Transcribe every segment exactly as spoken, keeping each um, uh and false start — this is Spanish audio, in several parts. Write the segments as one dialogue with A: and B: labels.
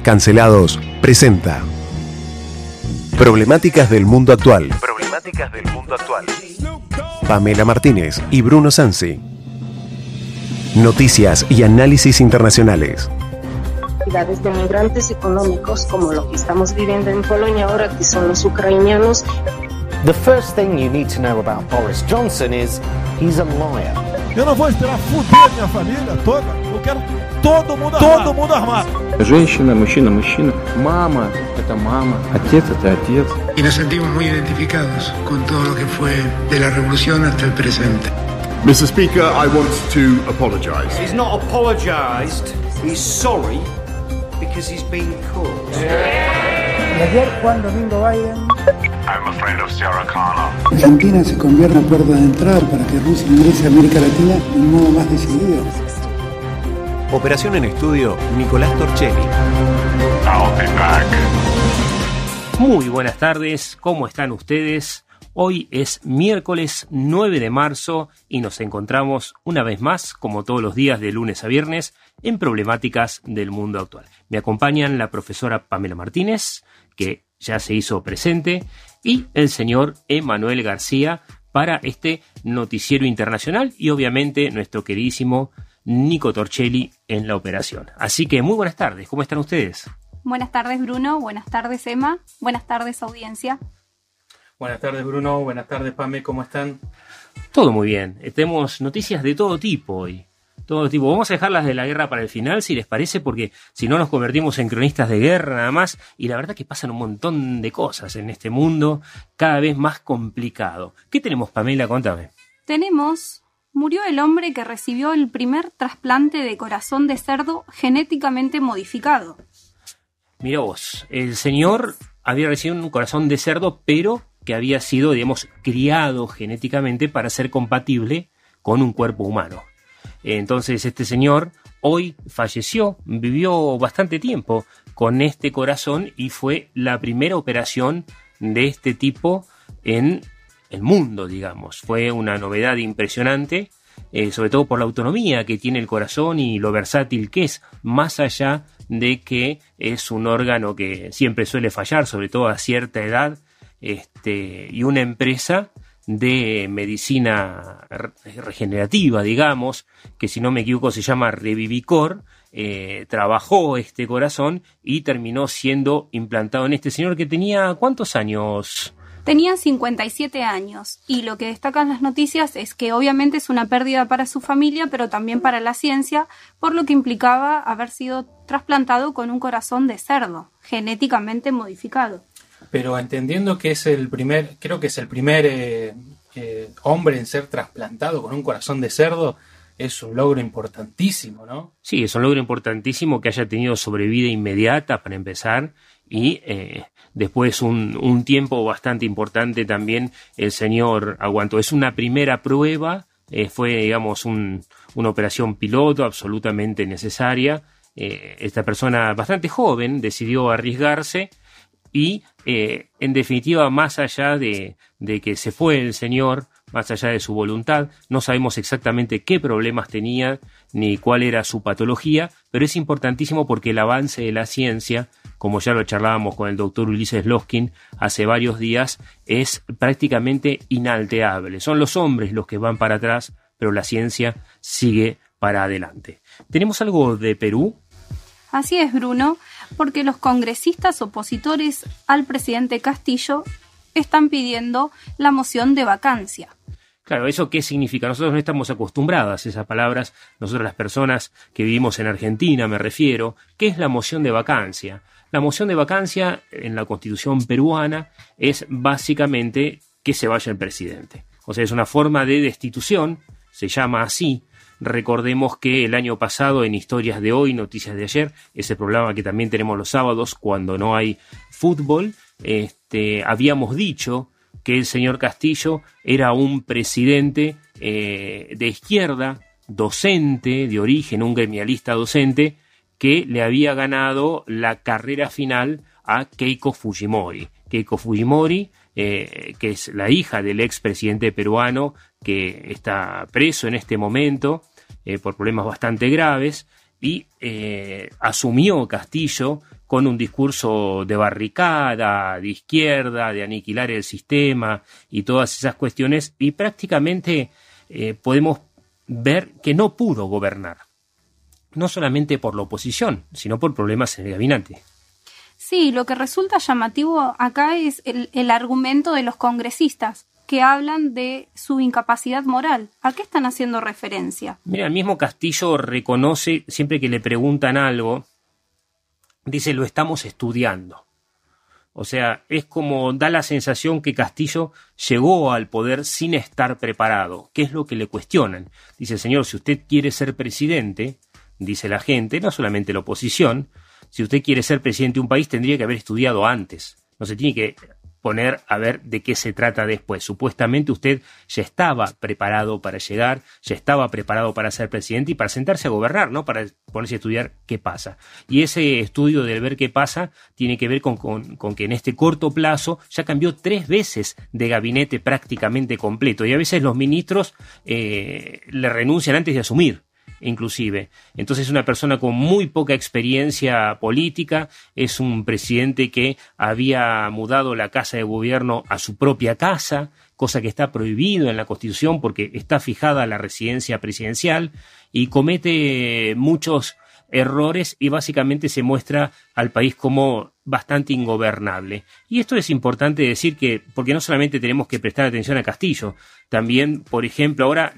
A: Cancelados presenta Problemáticas del mundo actual. Problemáticas del mundo actual. Pamela Martínez y Bruno Sansi. Noticias y análisis internacionales.
B: De migrantes económicos como lo que estamos viviendo en Polonia ahora, que son los ucranianos.
C: The first thing you need to know about Boris Johnson is he's a liar.
D: Eu não vou esperar fuder minha família toda. Eu quero todo mundo armado. Todo mundo armado.
E: Женщина, мужчина, мужчина. Мама – это мама. Отец – это отец.
F: Y nos sentimos muy identificados con todo lo que fue de la revolución hasta el presente.
G: mister Speaker, I want to apologize.
H: He's not apologized. He's sorry because he's been caught.
I: Y ayer Juan Domingo Biden.
J: I'm a friend of Sarah Connor.
K: Argentina se convierte en puerta de entrada para que Rusia ingrese a América Latina de un modo más decidido.
A: Operación en estudio, Nicolás Torchelli.
J: I'll be back.
L: Muy buenas tardes, ¿cómo están ustedes? Hoy es miércoles nueve de marzo y nos encontramos una vez más, como todos los días de lunes a viernes, en Problemáticas del mundo actual. Me acompañan la profesora Pamela Martínez, que ya se hizo presente, y el señor Emanuel García para este noticiero internacional y obviamente nuestro queridísimo Nico Torchelli en la operación. Así que muy buenas tardes, ¿cómo están ustedes?
M: Buenas tardes, Bruno, buenas tardes, Emma, buenas tardes, audiencia.
N: Buenas tardes, Bruno, buenas tardes, Pame, ¿cómo están?
L: Todo muy bien, tenemos noticias de todo tipo hoy. Todo tipo. Vamos a dejarlas de la guerra para el final, si les parece, porque si no nos convertimos en cronistas de guerra nada más, y la verdad que pasan un montón de cosas en este mundo cada vez más complicado. ¿Qué tenemos, Pamela? Contame.
M: Tenemos, murió el hombre que recibió el primer trasplante de corazón de cerdo genéticamente modificado.
L: Mirá vos, el señor había recibido un corazón de cerdo, pero que había sido, digamos, criado genéticamente para ser compatible con un cuerpo humano. Entonces este señor hoy falleció, vivió bastante tiempo con este corazón y fue la primera operación de este tipo en el mundo, digamos. Fue una novedad impresionante, eh, sobre todo por la autonomía que tiene el corazón y lo versátil que es, más allá de que es un órgano que siempre suele fallar, sobre todo a cierta edad, este, y una empresa de medicina regenerativa, digamos, que si no me equivoco se llama Revivicor, eh, trabajó este corazón y terminó siendo implantado en este señor que tenía ¿cuántos años?
M: Tenía cincuenta y siete años y lo que destacan las noticias es que obviamente es una pérdida para su familia, pero también para la ciencia, por lo que implicaba haber sido trasplantado con un corazón de cerdo, genéticamente modificado.
N: Pero entendiendo que es el primer, creo que es el primer eh, eh, hombre en ser trasplantado con un corazón de cerdo, es un logro importantísimo, ¿no?
L: Sí, es un logro importantísimo que haya tenido sobrevida inmediata para empezar y eh, después un, un tiempo bastante importante también el señor aguantó. Es una primera prueba, eh, fue digamos un, una operación piloto absolutamente necesaria. Eh, esta persona bastante joven decidió arriesgarse. Y, eh, en definitiva, más allá de, de que se fue el señor, más allá de su voluntad, no sabemos exactamente qué problemas tenía ni cuál era su patología, pero es importantísimo porque el avance de la ciencia, como ya lo charlábamos con el doctor Ulises Loskin hace varios días, es prácticamente inalterable. Son los hombres los que van para atrás, pero la ciencia sigue para adelante. ¿Tenemos algo de Perú?
M: Así es, Bruno, porque los congresistas opositores al presidente Castillo están pidiendo la moción de vacancia.
L: Claro, ¿eso qué significa? Nosotros no estamos acostumbradas a esas palabras, nosotros las personas que vivimos en Argentina, me refiero. ¿Qué es la moción de vacancia? La moción de vacancia en la Constitución peruana es básicamente que se vaya el presidente. O sea, es una forma de destitución, se llama así. Recordemos que el año pasado en Historias de Hoy, Noticias de Ayer, ese programa que también tenemos los sábados cuando no hay fútbol, este, habíamos dicho que el señor Castillo era un presidente eh, de izquierda, docente, de origen, un gremialista docente, que le había ganado la carrera final a Keiko Fujimori. Keiko Fujimori, eh, que es la hija del expresidente peruano, que está preso en este momento, eh, por problemas bastante graves, y eh, asumió Castillo con un discurso de barricada, de izquierda, de aniquilar el sistema y todas esas cuestiones, y prácticamente eh, podemos ver que no pudo gobernar, no solamente por la oposición, sino por problemas en el gabinete.
M: Sí, lo que resulta llamativo acá es el, el argumento de los congresistas, que hablan de su incapacidad moral. ¿A qué están haciendo referencia?
L: Mira, el mismo Castillo reconoce, siempre que le preguntan algo, dice, lo estamos estudiando. O sea, es como da la sensación que Castillo llegó al poder sin estar preparado. ¿Qué es lo que le cuestionan? Dice, señor, si usted quiere ser presidente, dice la gente, no solamente la oposición, si usted quiere ser presidente de un país tendría que haber estudiado antes. No se tiene que poner a ver de qué se trata después. Supuestamente usted ya estaba preparado para llegar, ya estaba preparado para ser presidente y para sentarse a gobernar, ¿no? Para ponerse a estudiar qué pasa. Y ese estudio del ver qué pasa tiene que ver con, con, con que en este corto plazo ya cambió tres veces de gabinete prácticamente completo y a veces los ministros eh, le renuncian antes de asumir. Inclusive. Entonces es una persona con muy poca experiencia política, es un presidente que había mudado la casa de gobierno a su propia casa, cosa que está prohibido en la Constitución porque está fijada la residencia presidencial, y comete muchos errores y básicamente se muestra al país como bastante ingobernable. Y esto es importante decir que, porque no solamente tenemos que prestar atención a Castillo, también, por ejemplo, ahora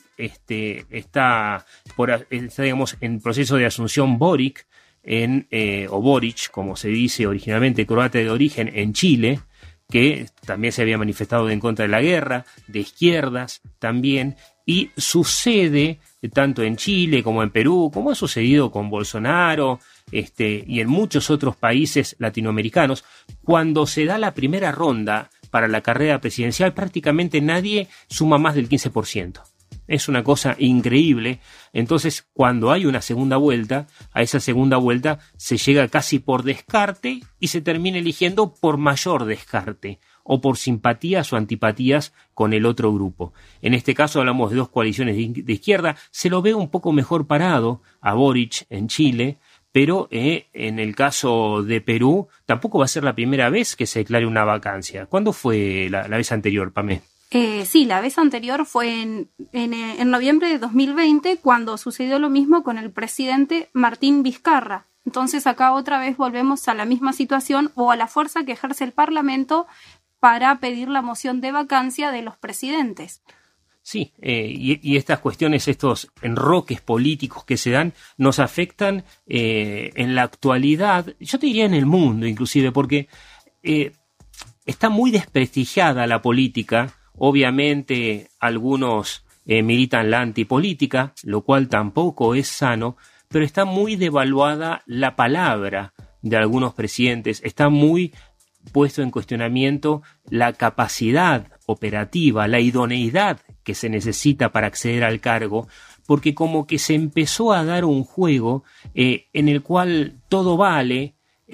L: Este, está, por, está, digamos, en proceso de asunción Boric, en, eh, o Boric, como se dice originalmente, croata de origen, en Chile, que también se había manifestado en contra de la guerra, de izquierdas también, y sucede tanto en Chile como en Perú, como ha sucedido con Bolsonaro este, y en muchos otros países latinoamericanos, cuando se da la primera ronda para la carrera presidencial, prácticamente nadie suma más del quince por ciento. Es una cosa increíble. Entonces, cuando hay una segunda vuelta, a esa segunda vuelta se llega casi por descarte y se termina eligiendo por mayor descarte o por simpatías o antipatías con el otro grupo. En este caso hablamos de dos coaliciones de izquierda. Se lo ve un poco mejor parado a Boric en Chile, pero eh, en el caso de Perú tampoco va a ser la primera vez que se declare una vacancia. ¿Cuándo fue la, la vez anterior, Pamé?
M: Eh, sí, la vez anterior fue en, en, en noviembre de dos mil veinte, cuando sucedió lo mismo con el presidente Martín Vizcarra. Entonces acá otra vez volvemos a la misma situación o a la fuerza que ejerce el Parlamento para pedir la moción de vacancia de los presidentes.
L: Sí, eh, y, y estas cuestiones, estos enroques políticos que se dan, nos afectan eh, en la actualidad, yo te diría en el mundo inclusive, porque eh, está muy desprestigiada la política. Obviamente algunos eh, militan la antipolítica, lo cual tampoco es sano, pero está muy devaluada la palabra de algunos presidentes, está muy puesto en cuestionamiento la capacidad operativa, la idoneidad que se necesita para acceder al cargo, porque como que se empezó a dar un juego eh, en el cual todo vale.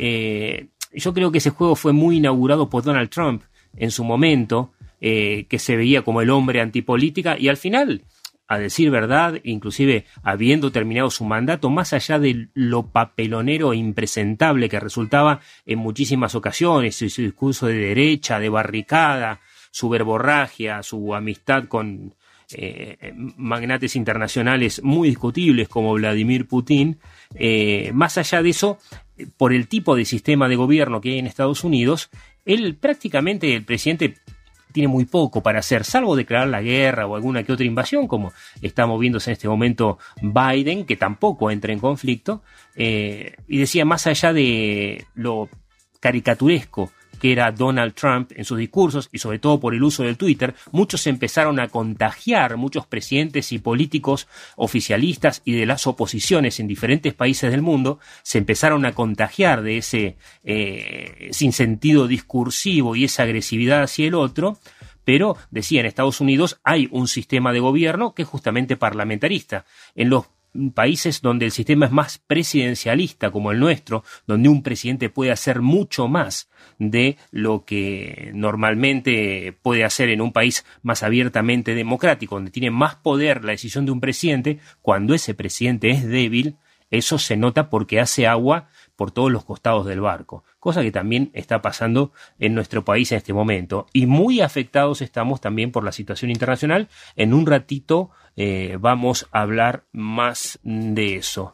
L: Eh, yo creo que ese juego fue muy inaugurado por Donald Trump en su momento, Eh, que se veía como el hombre antipolítica, y al final, a decir verdad, inclusive habiendo terminado su mandato, más allá de lo papelonero e impresentable que resultaba en muchísimas ocasiones, su, su discurso de derecha, de barricada, su verborragia, su amistad con eh, magnates internacionales muy discutibles como Vladimir Putin, eh, más allá de eso, por el tipo de sistema de gobierno que hay en Estados Unidos, él prácticamente, el presidente, tiene muy poco para hacer, salvo declarar la guerra o alguna que otra invasión, como está moviéndose en este momento Biden, que tampoco entra en conflicto. Eh, y decía, más allá de lo caricaturesco que era Donald Trump en sus discursos, y sobre todo por el uso del Twitter, muchos se empezaron a contagiar, muchos presidentes y políticos oficialistas y de las oposiciones en diferentes países del mundo se empezaron a contagiar de ese eh, sinsentido discursivo y esa agresividad hacia el otro. Pero, decía, en Estados Unidos hay un sistema de gobierno que es justamente parlamentarista. En los países donde el sistema es más presidencialista, como el nuestro, donde un presidente puede hacer mucho más de lo que normalmente puede hacer en un país más abiertamente democrático, donde tiene más poder la decisión de un presidente, cuando ese presidente es débil, Eso se nota porque hace agua por todos los costados del barco, cosa que también está pasando en nuestro país en este momento. Y muy afectados estamos también por la situación internacional. En un ratito eh, vamos a hablar más de eso.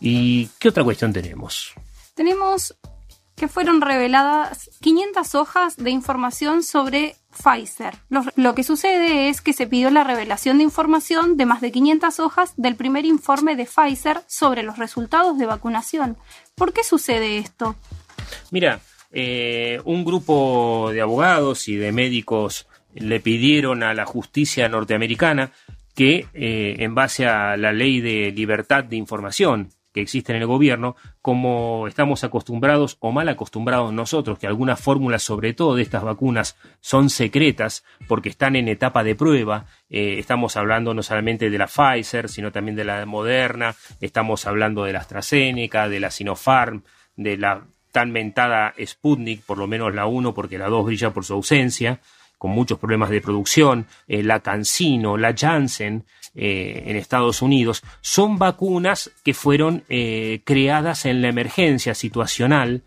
L: ¿Y qué otra cuestión tenemos?
M: Tenemos que fueron reveladas quinientas hojas de información sobre Pfizer. Lo, lo que sucede es que se pidió la revelación de información de más de quinientas hojas del primer informe de Pfizer sobre los resultados de vacunación. ¿Por qué sucede esto?
L: Mira, eh, un grupo de abogados y de médicos le pidieron a la justicia norteamericana que, eh, en base a la ley de libertad de información que existe en el gobierno, como estamos acostumbrados o mal acostumbrados nosotros, que algunas fórmulas, sobre todo de estas vacunas, son secretas porque están en etapa de prueba. Eh, estamos hablando no solamente de la Pfizer, sino también de la Moderna, estamos hablando de la AstraZeneca, de la Sinopharm, de la tan mentada Sputnik, por lo menos la uno, porque la dos brilla por su ausencia, con muchos problemas de producción, eh, la CanSino, la Janssen, eh, en Estados Unidos, son vacunas que fueron eh, creadas en la emergencia situacional.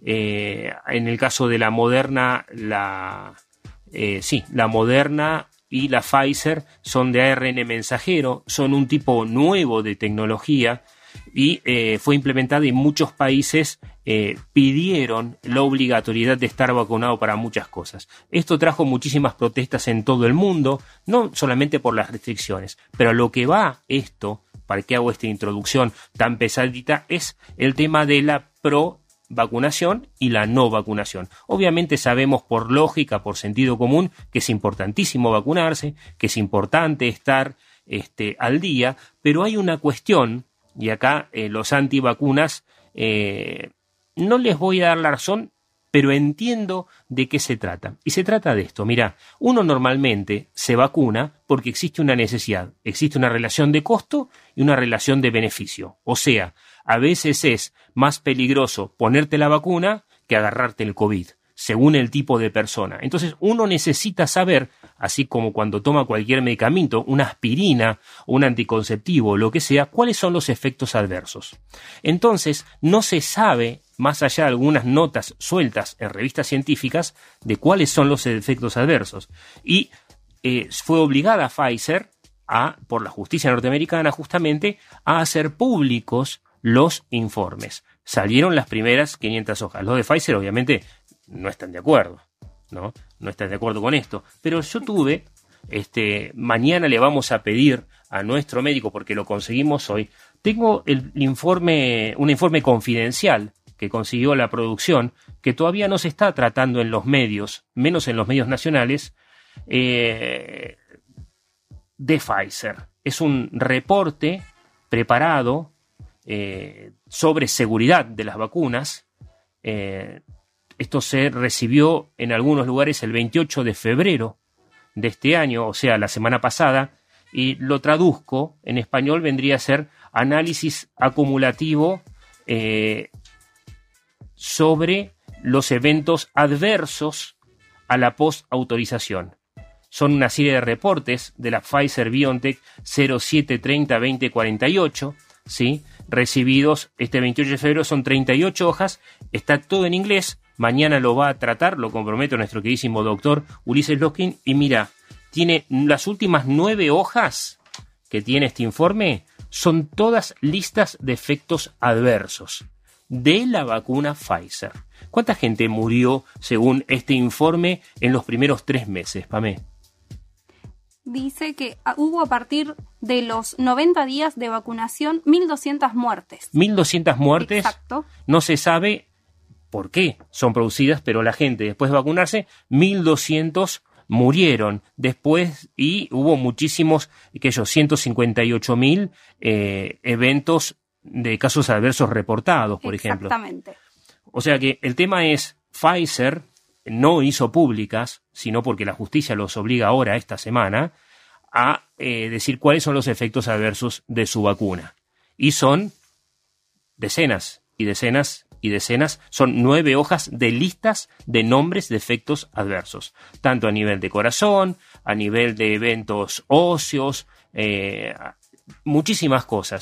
L: Eh, en el caso de la Moderna, la, eh, sí, la Moderna y la Pfizer son de A R N mensajero, son un tipo nuevo de tecnología y eh, fue implementada y muchos países eh, pidieron la obligatoriedad de estar vacunado para muchas cosas. Esto trajo muchísimas protestas en todo el mundo, no solamente por las restricciones, pero a lo que va esto, para que hago esta introducción tan pesadita, es el tema de la pro vacunación y la no vacunación. Obviamente sabemos por lógica, por sentido común, que es importantísimo vacunarse, que es importante estar este, al día, pero hay una cuestión. Y acá eh, los antivacunas, eh, no les voy a dar la razón, pero entiendo de qué se trata. Y se trata de esto. Mira, uno normalmente se vacuna porque existe una necesidad. Existe una relación de costo y una relación de beneficio. O sea, a veces es más peligroso ponerte la vacuna que agarrarte el COVID, según el tipo de persona. Entonces uno necesita saber, así como cuando toma cualquier medicamento, una aspirina, un anticonceptivo, lo que sea, cuáles son los efectos adversos. Entonces no se sabe, más allá de algunas notas sueltas en revistas científicas, de cuáles son los efectos adversos. Y eh, fue obligada Pfizer, a, por la justicia norteamericana justamente, a hacer públicos los informes. Salieron las primeras quinientas hojas. Los de Pfizer obviamente no están de acuerdo, ¿no? No están de acuerdo con esto. Pero yo tuve, este, mañana le vamos a pedir a nuestro médico, porque lo conseguimos hoy, tengo el informe, un informe confidencial que consiguió la producción, que todavía no se está tratando en los medios, menos en los medios nacionales, eh, de Pfizer. Es un reporte preparado eh, sobre seguridad de las vacunas. Eh, Esto se recibió en algunos lugares el veintiocho de febrero de este año, o sea, la semana pasada, y lo traduzco en español, vendría a ser análisis acumulativo eh, sobre los eventos adversos a la postautorización. Son una serie de reportes de la Pfizer-BioNTech cero siete treinta veinte cuarenta y ocho, ¿sí? Recibidos este veintiocho de febrero, son treinta y ocho hojas, está todo en inglés. Mañana lo va a tratar, lo comprometo, nuestro queridísimo doctor Ulises Loskin. Y mira, tiene las últimas nueve hojas que tiene este informe, son todas listas de efectos adversos de la vacuna Pfizer. ¿Cuánta gente murió, según este informe, en los primeros tres meses, Pamé?
M: Dice que hubo a partir de los noventa días de vacunación mil doscientas muertes.
L: mil doscientas muertes.
M: Exacto.
L: No se sabe por qué son producidas, pero la gente después de vacunarse, mil doscientos murieron después y hubo muchísimos, aquellos ciento cincuenta y ocho mil eh, eventos de casos adversos reportados, por ejemplo.
M: Exactamente.
L: O sea que el tema es, Pfizer no hizo públicas, sino porque la justicia los obliga ahora, esta semana, a eh, decir cuáles son los efectos adversos de su vacuna. Y son decenas y decenas y decenas, son nueve hojas de listas de nombres de efectos adversos, tanto a nivel de corazón, a nivel de eventos óseos, eh, muchísimas cosas.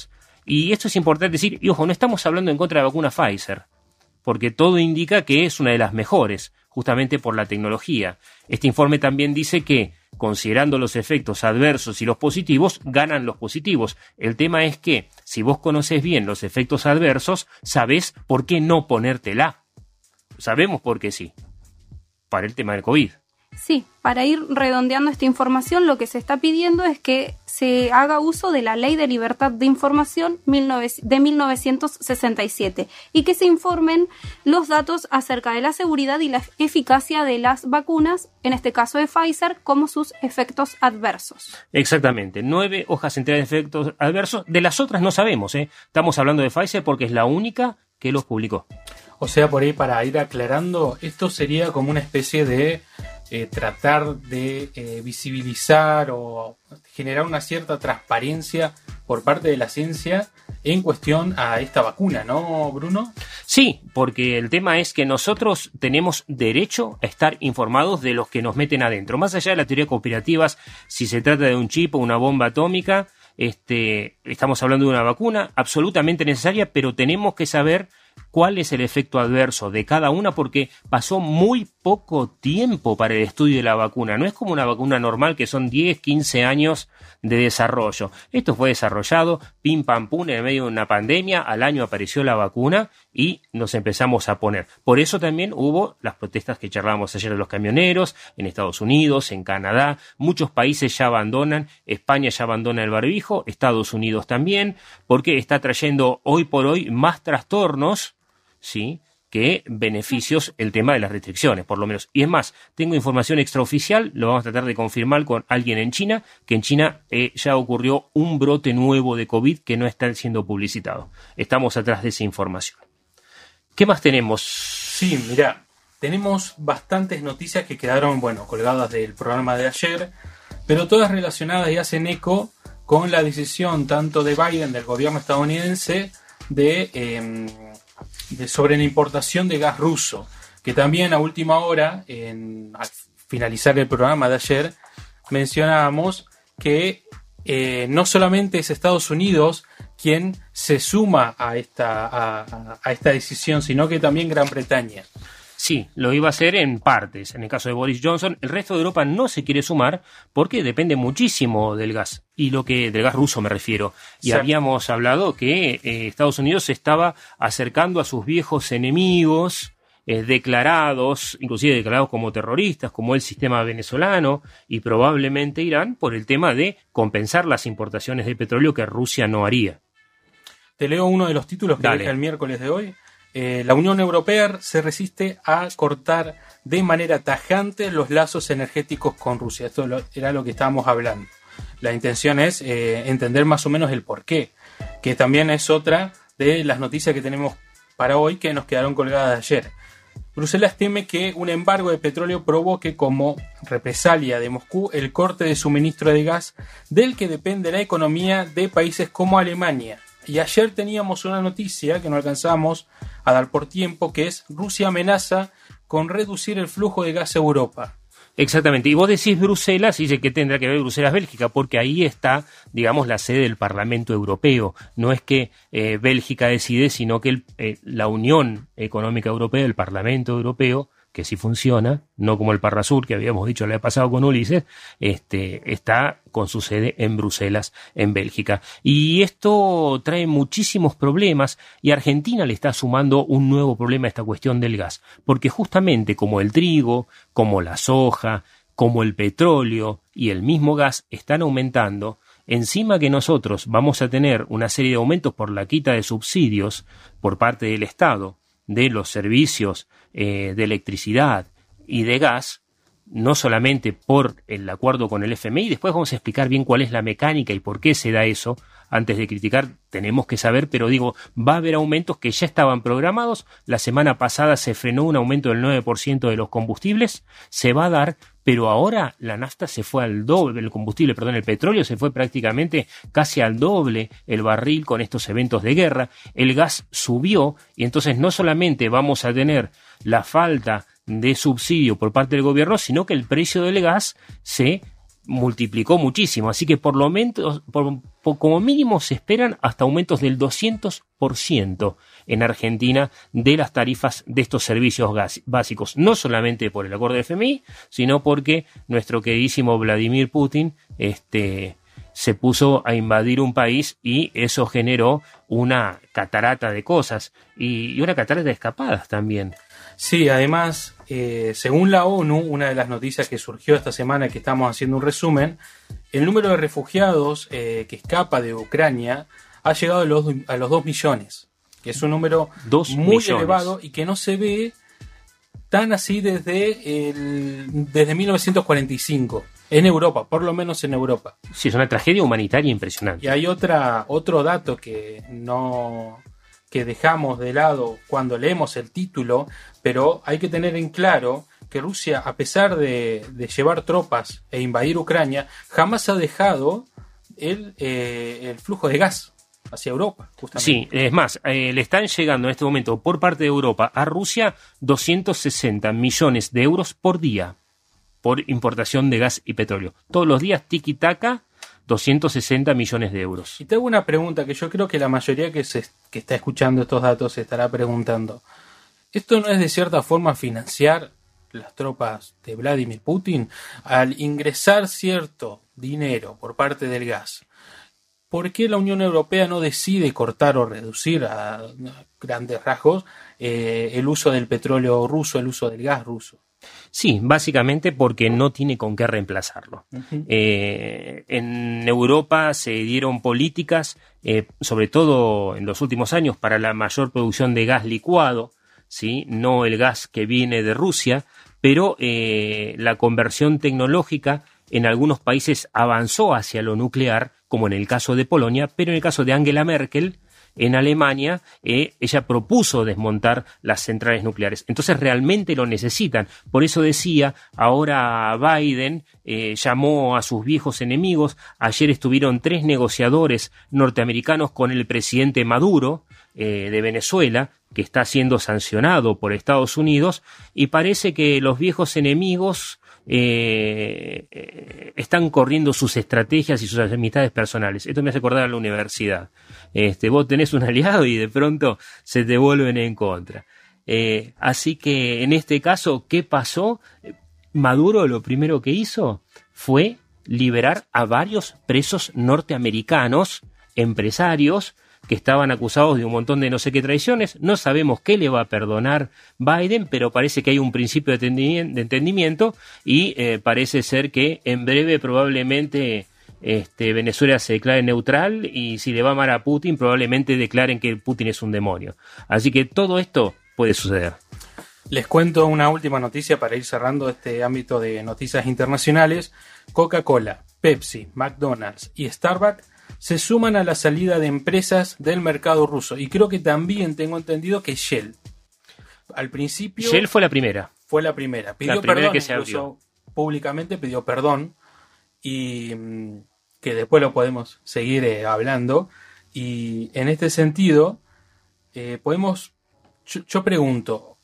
L: Y esto es importante decir, y ojo, no estamos hablando en contra de la vacuna Pfizer, porque todo indica que es una de las mejores, justamente por la tecnología. Este informe también dice que, considerando los efectos adversos y los positivos, ganan los positivos. El tema es que, si vos conocés bien los efectos adversos, sabés por qué no ponértela. Sabemos por qué sí, para el tema del COVID.
M: Sí, para ir redondeando esta información, lo que se está pidiendo es que se haga uso de la Ley de Libertad de Información de mil novecientos sesenta y siete y que se informen los datos acerca de la seguridad y la eficacia de las vacunas, en este caso de Pfizer, como sus efectos adversos.
L: Exactamente, nueve hojas enteras de efectos adversos. De las otras no sabemos, ¿eh? Estamos hablando de Pfizer porque es la única que los publicó.
N: O sea, por ahí, para ir aclarando, esto sería como una especie de eh, tratar de eh, visibilizar o generar una cierta transparencia por parte de la ciencia en cuestión a esta vacuna, ¿no, Bruno?
L: Sí, porque el tema es que nosotros tenemos derecho a estar informados de los que nos meten adentro. Más allá de la teoría conspirativas, si se trata de un chip o una bomba atómica, este, estamos hablando de una vacuna absolutamente necesaria, pero tenemos que saber cuál es el efecto adverso de cada una, porque pasó muy poco tiempo para el estudio de la vacuna. No es como una vacuna normal que son diez, quince años de desarrollo. Esto fue desarrollado, pim pam pum, en medio de una pandemia. Al año apareció la vacuna y nos empezamos a poner. Por eso también hubo las protestas que charlábamos ayer de los camioneros en Estados Unidos, en Canadá. Muchos países ya abandonan, España ya abandona el barbijo, Estados Unidos también, porque está trayendo hoy por hoy más trastornos, ¿sí?, que beneficios el tema de las restricciones, por lo menos. Y es más, tengo información extraoficial, lo vamos a tratar de confirmar con alguien en China, que en China eh, ya ocurrió un brote nuevo de COVID que no está siendo publicitado. Estamos atrás de esa información. ¿Qué más tenemos?
N: Sí, mirá, tenemos bastantes noticias que quedaron, bueno, colgadas del programa de ayer, pero todas relacionadas y hacen eco con la decisión tanto de Biden, del gobierno estadounidense, de... Eh, De sobre la importación de gas ruso, que también a última hora, en, al finalizar el programa de ayer, mencionábamos que eh, no solamente es Estados Unidos quien se suma a esta, a, a esta decisión, sino que también Gran Bretaña.
L: Sí, lo iba a hacer en partes. En el caso de Boris Johnson, el resto de Europa no se quiere sumar porque depende muchísimo del gas, y lo que del gas ruso me refiero. Y sí, habíamos hablado que eh, Estados Unidos se estaba acercando a sus viejos enemigos, eh, declarados, inclusive declarados como terroristas, como el sistema venezolano y probablemente Irán, por el tema de compensar las importaciones de petróleo que Rusia no haría.
N: Te leo uno de los títulos que dejé el miércoles de hoy. Eh, la Unión Europea se resiste a cortar de manera tajante los lazos energéticos con Rusia. Esto lo, era lo que estábamos hablando. La intención es eh, entender más o menos el porqué, que también es otra de las noticias que tenemos para hoy que nos quedaron colgadas ayer. Bruselas teme que un embargo de petróleo provoque como represalia de Moscú el corte de suministro de gas del que depende la economía de países como Alemania. Y ayer teníamos una noticia que no alcanzamos a dar por tiempo, que es Rusia amenaza con reducir el flujo de gas a Europa.
L: Exactamente, y vos decís Bruselas, y dice que tendrá que ver Bruselas-Bélgica, porque ahí está, digamos, la sede del Parlamento Europeo. No es que eh, Bélgica decide, sino que el, eh, la Unión Económica Europea, el Parlamento Europeo, que sí funciona, no como el Parrasur que habíamos dicho el año pasado con Ulises, este, está con su sede en Bruselas, en Bélgica. Y esto trae muchísimos problemas, y Argentina le está sumando un nuevo problema a esta cuestión del gas, porque justamente como el trigo, como la soja, como el petróleo y el mismo gas están aumentando, encima que nosotros vamos a tener una serie de aumentos por la quita de subsidios por parte del Estado de los servicios eh, de electricidad y de gas, no solamente por el acuerdo con el F M I, después vamos a explicar bien cuál es la mecánica y por qué se da eso. Antes de criticar tenemos que saber, pero digo, va a haber aumentos que ya estaban programados. La semana pasada se frenó un aumento del nueve por ciento de los combustibles, se va a dar, pero ahora la nafta se fue al doble, el combustible, perdón, el petróleo se fue prácticamente casi al doble el barril con estos eventos de guerra, el gas subió, y entonces no solamente vamos a tener la falta de subsidio por parte del gobierno, sino que el precio del gas se multiplicó muchísimo, así que por lo menos, por, por, como mínimo se esperan hasta aumentos del doscientos por ciento en Argentina de las tarifas de estos servicios gas, básicos, no solamente por el acuerdo del F M I, sino porque nuestro queridísimo Vladimir Putin este, se puso a invadir un país y eso generó una catarata de cosas y, y una catarata de escapadas también.
N: Sí, además, eh, según la ONU, una de las noticias que surgió esta semana, que estamos haciendo un resumen, el número de refugiados eh, que escapa de Ucrania ha llegado a los, a los dos millones, que es un número
L: dos
N: muy
L: millones.
N: elevado y que no se ve tan así desde, el, desde mil novecientos cuarenta y cinco, en Europa, por lo menos en Europa.
L: Sí, es una tragedia humanitaria impresionante.
N: Y hay otra, otro dato que no... que dejamos de lado cuando leemos el título, pero hay que tener en claro que Rusia, a pesar de, de llevar tropas e invadir Ucrania, jamás ha dejado el, eh, el flujo de gas hacia Europa, justamente.
L: Sí, es más, eh, le están llegando en este momento por parte de Europa a Rusia doscientos sesenta millones de euros por día por importación de gas y petróleo. Todos los días, tiki-taka, doscientos sesenta millones de euros.
N: Y te hago una pregunta que yo creo que la mayoría que, se, que está escuchando estos datos se estará preguntando. ¿Esto no es de cierta forma financiar las tropas de Vladimir Putin? Al ingresar cierto dinero por parte del gas, ¿por qué la Unión Europea no decide cortar o reducir a grandes rasgos eh, el uso del petróleo ruso, el uso del gas ruso?
L: Sí, básicamente porque no tiene con qué reemplazarlo. Uh-huh. Eh, en Europa se dieron políticas, eh, sobre todo en los últimos años, para la mayor producción de gas licuado, ¿sí? No el gas que viene de Rusia, pero eh, la conversión tecnológica en algunos países avanzó hacia lo nuclear, como en el caso de Polonia, pero en el caso de Angela Merkel, en Alemania, eh, ella propuso desmontar las centrales nucleares. Entonces realmente lo necesitan. Por eso decía, ahora Biden eh, llamó a sus viejos enemigos. Ayer estuvieron tres negociadores norteamericanos con el presidente Maduro eh, de Venezuela, que está siendo sancionado por Estados Unidos, y parece que los viejos enemigos Eh, eh, están corriendo sus estrategias y sus amistades personales. Esto me hace acordar a la universidad. Este, vos tenés un aliado y de pronto se te vuelven en contra. Eh, así que en este caso, ¿qué pasó? Maduro lo primero que hizo fue liberar a varios presos norteamericanos, empresarios, que estaban acusados de un montón de no sé qué traiciones. No sabemos qué le va a perdonar Biden, pero parece que hay un principio de entendimiento y eh, parece ser que en breve probablemente este, Venezuela se declare neutral y si le va mal a Putin probablemente declaren que Putin es un demonio. Así que todo esto puede suceder.
N: Les cuento una última noticia para ir cerrando este ámbito de noticias internacionales. Coca-Cola, Pepsi, McDonald's y Starbucks se suman a la salida de empresas del mercado ruso. Y creo que también tengo entendido que Shell. Al principio...
L: Shell fue la primera.
N: Fue la primera. Pidió
L: la primera
N: perdón,
L: que se
N: incluso
L: abrió.
N: Públicamente pidió perdón. Y mmm, que después lo podemos seguir eh, hablando. Y en este sentido, eh, podemos... Yo, yo pregunto,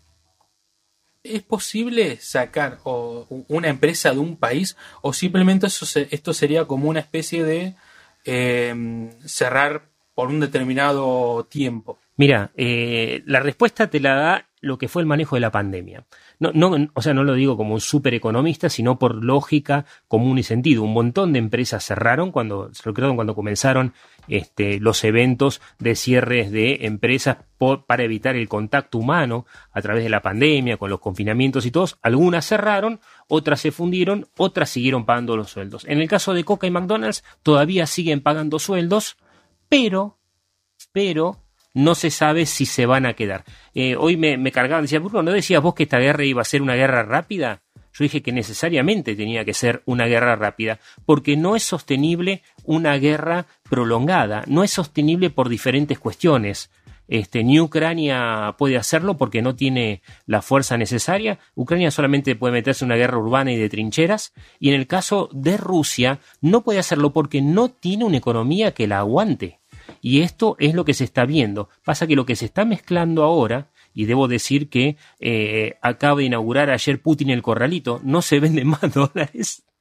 N: ¿es posible sacar o, una empresa de un país? ¿O simplemente eso se, esto sería como una especie de... Eh, cerrar por un determinado tiempo?
L: Mira, eh, la respuesta te la da lo que fue el manejo de la pandemia. No, no, o sea, no lo digo como un súper economista, sino por lógica común y sentido. Un montón de empresas cerraron cuando, se lo creo, cuando comenzaron este, los eventos de cierres de empresas por, para evitar el contacto humano a través de la pandemia, con los confinamientos y todos. Algunas cerraron, otras se fundieron, otras siguieron pagando los sueldos. En el caso de Coca y McDonald's todavía siguen pagando sueldos, pero, pero no se sabe si se van a quedar. Eh, hoy me, me cargaban, decía, Bruno, ¿no decías vos que esta guerra iba a ser una guerra rápida? Yo dije que necesariamente tenía que ser una guerra rápida, porque no es sostenible una guerra prolongada, no es sostenible por diferentes cuestiones. Este, ni Ucrania puede hacerlo porque no tiene la fuerza necesaria. Ucrania solamente puede meterse en una guerra urbana y de trincheras, y en el caso de Rusia no puede hacerlo porque no tiene una economía que la aguante. Y esto es lo que se está viendo. Pasa que lo que se está mezclando ahora, y debo decir que eh, acaba de inaugurar ayer Putin el corralito, no se venden más dólares,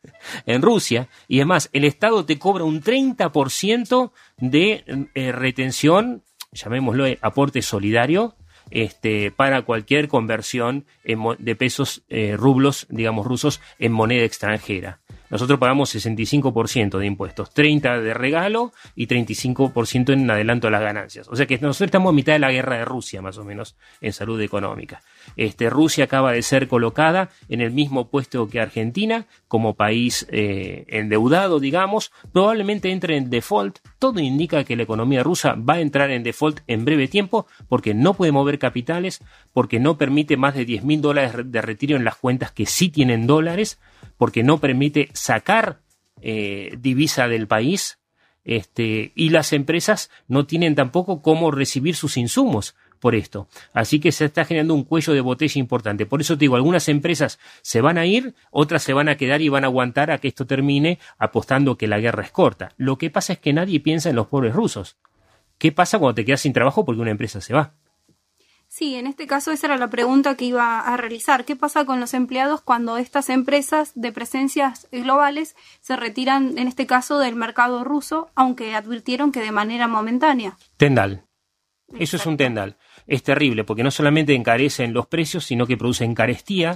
L: en Rusia, y además el Estado te cobra un treinta por ciento de eh, retención, llamémoslo eh, aporte solidario, este, para cualquier conversión en mo- de pesos, eh, rublos, digamos, rusos en moneda extranjera. Nosotros pagamos sesenta y cinco por ciento de impuestos, treinta por ciento de regalo y treinta y cinco por ciento en adelanto a las ganancias. O sea que nosotros estamos a mitad de la guerra de Rusia, más o menos, en salud económica. Este, Rusia acaba de ser colocada en el mismo puesto que Argentina, como país eh, endeudado, digamos, probablemente entre en default. Todo indica que la economía rusa va a entrar en default en breve tiempo porque no puede mover capitales, porque no permite más de diez mil dólares de retiro en las cuentas que sí tienen dólares, porque no permite sacar eh, divisa del país, este, y las empresas no tienen tampoco cómo recibir sus insumos por esto. Así que se está generando un cuello de botella importante. Por eso te digo, algunas empresas se van a ir, otras se van a quedar y van a aguantar a que esto termine, apostando que la guerra es corta. Lo que pasa es que nadie piensa en los pobres rusos. ¿Qué pasa cuando te quedas sin trabajo porque una empresa se va?
M: Sí, en este caso esa era la pregunta que iba a realizar. ¿Qué pasa con los empleados cuando estas empresas de presencias globales se retiran, en este caso, del mercado ruso, aunque advirtieron que de manera momentánea?
L: Tendal. Eso
M: Exacto.
L: es un tendal. Es terrible porque no solamente encarecen los precios, sino que producen carestía.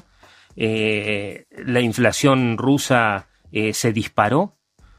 L: Eh, la inflación rusa eh, se disparó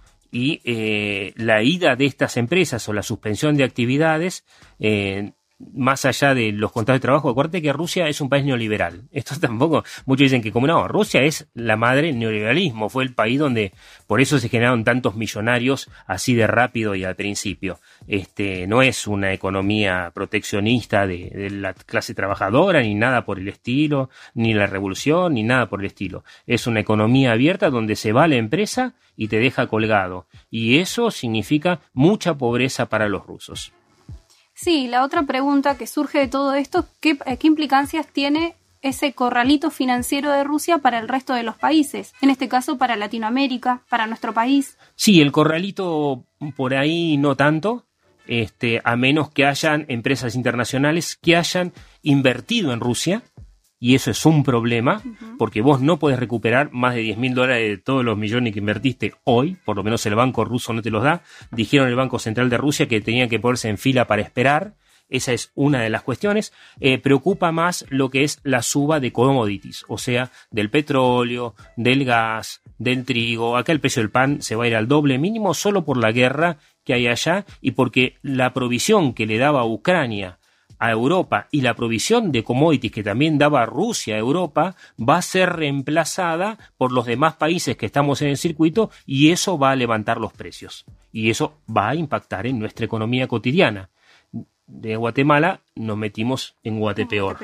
L: y eh, la ida de estas empresas o la suspensión de actividades, eh, más allá de los contratos de trabajo, acuérdate que Rusia es un país neoliberal. Esto tampoco, muchos dicen que como no, Rusia es la madre del neoliberalismo, fue el país donde por eso se generaron tantos millonarios así de rápido y al principio. Este, no es una economía proteccionista de, de la clase trabajadora, ni nada por el estilo, ni la revolución, ni nada por el estilo. Es una economía abierta donde se va la empresa y te deja colgado. Y eso significa mucha pobreza para los rusos.
M: Sí, la otra pregunta que surge de todo esto, ¿qué, qué implicancias tiene ese corralito financiero de Rusia para el resto de los países? En este caso, para Latinoamérica, para nuestro país.
L: Sí, el corralito por ahí no tanto, este, a menos que hayan empresas internacionales que hayan invertido en Rusia, y eso es un problema, uh-huh. porque vos no podés recuperar más de diez mil dólares de todos los millones que invertiste hoy, por lo menos el banco ruso no te los da. Dijeron el Banco Central de Rusia que tenían que ponerse en fila para esperar. Esa es una de las cuestiones. Eh, preocupa más lo que es la suba de commodities, o sea, del petróleo, del gas, del trigo. Acá el precio del pan se va a ir al doble mínimo solo por la guerra que hay allá y porque la provisión que le daba a Ucrania a Europa y la provisión de commodities que también daba Rusia a Europa va a ser reemplazada por los demás países que estamos en el circuito y eso va a levantar los precios y eso va a impactar en nuestra economía cotidiana. De Guatemala nos metimos en Guatepeor.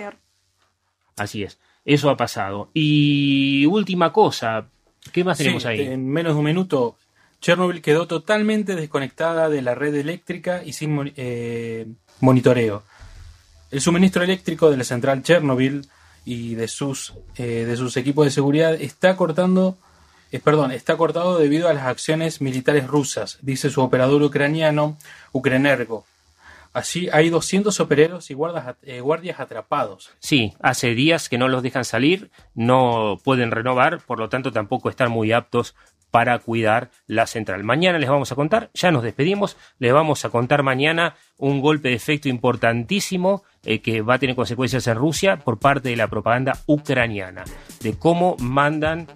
L: Así es, eso ha pasado. Y última cosa, ¿qué más tenemos
N: sí,
L: ahí?
N: En menos de un minuto, Chernobyl quedó totalmente desconectada de la red eléctrica y sin eh, monitoreo. El suministro eléctrico de la central Chernobyl y de sus eh, de sus equipos de seguridad está cortando, eh, perdón, está cortado debido a las acciones militares rusas, dice su operador ucraniano Ukrenergo. Así hay doscientos opereros y guardas, eh, guardias atrapados.
L: Sí, hace días que no los dejan salir, no pueden renovar, por lo tanto tampoco están muy aptos para cuidar la central. Mañana les vamos a contar, ya nos despedimos, les vamos a contar mañana un golpe de efecto importantísimo eh, que va a tener consecuencias en Rusia por parte de la propaganda ucraniana, de cómo mandan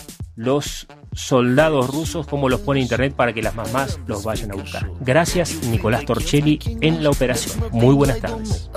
L: los soldados rusos, cómo los pone internet para que las mamás los vayan a buscar. Gracias, Nicolás Torchelli en la operación. Muy buenas tardes.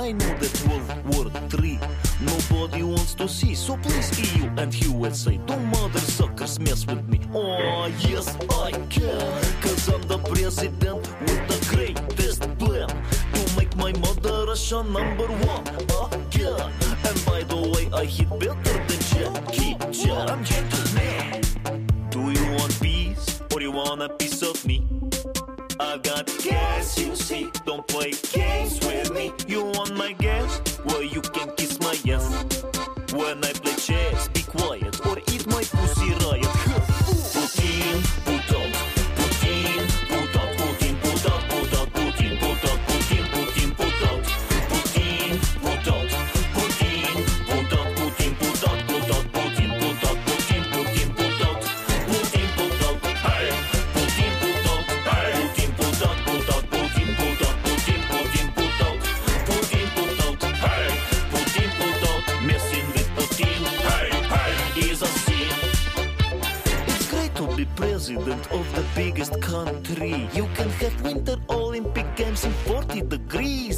O: Nobody wants to see, so please E U and U S A, don't mother suckers mess with me. Oh yes I can, cause I'm the president with the greatest plan to make my mother Russia number one again. And by the way I hit better than Jackie Chan. I'm gentleman. Do you want peace or you want a piece of me? I've got gas, you see, don't play games with me. You want my gas? Well, you can kiss my ass. When I play chess, be quiet or eat my pussy riot. Putin, put out, Putin, put out, Putin, put out, put out, Putin, put out, Putin, Putin, put out, Putin, put out, Putin, put out, Putin, put out, put out, Putin, put out, Putin, Putin, put out, Putin, president of the biggest country. You can have Winter Olympic Games in forty degrees.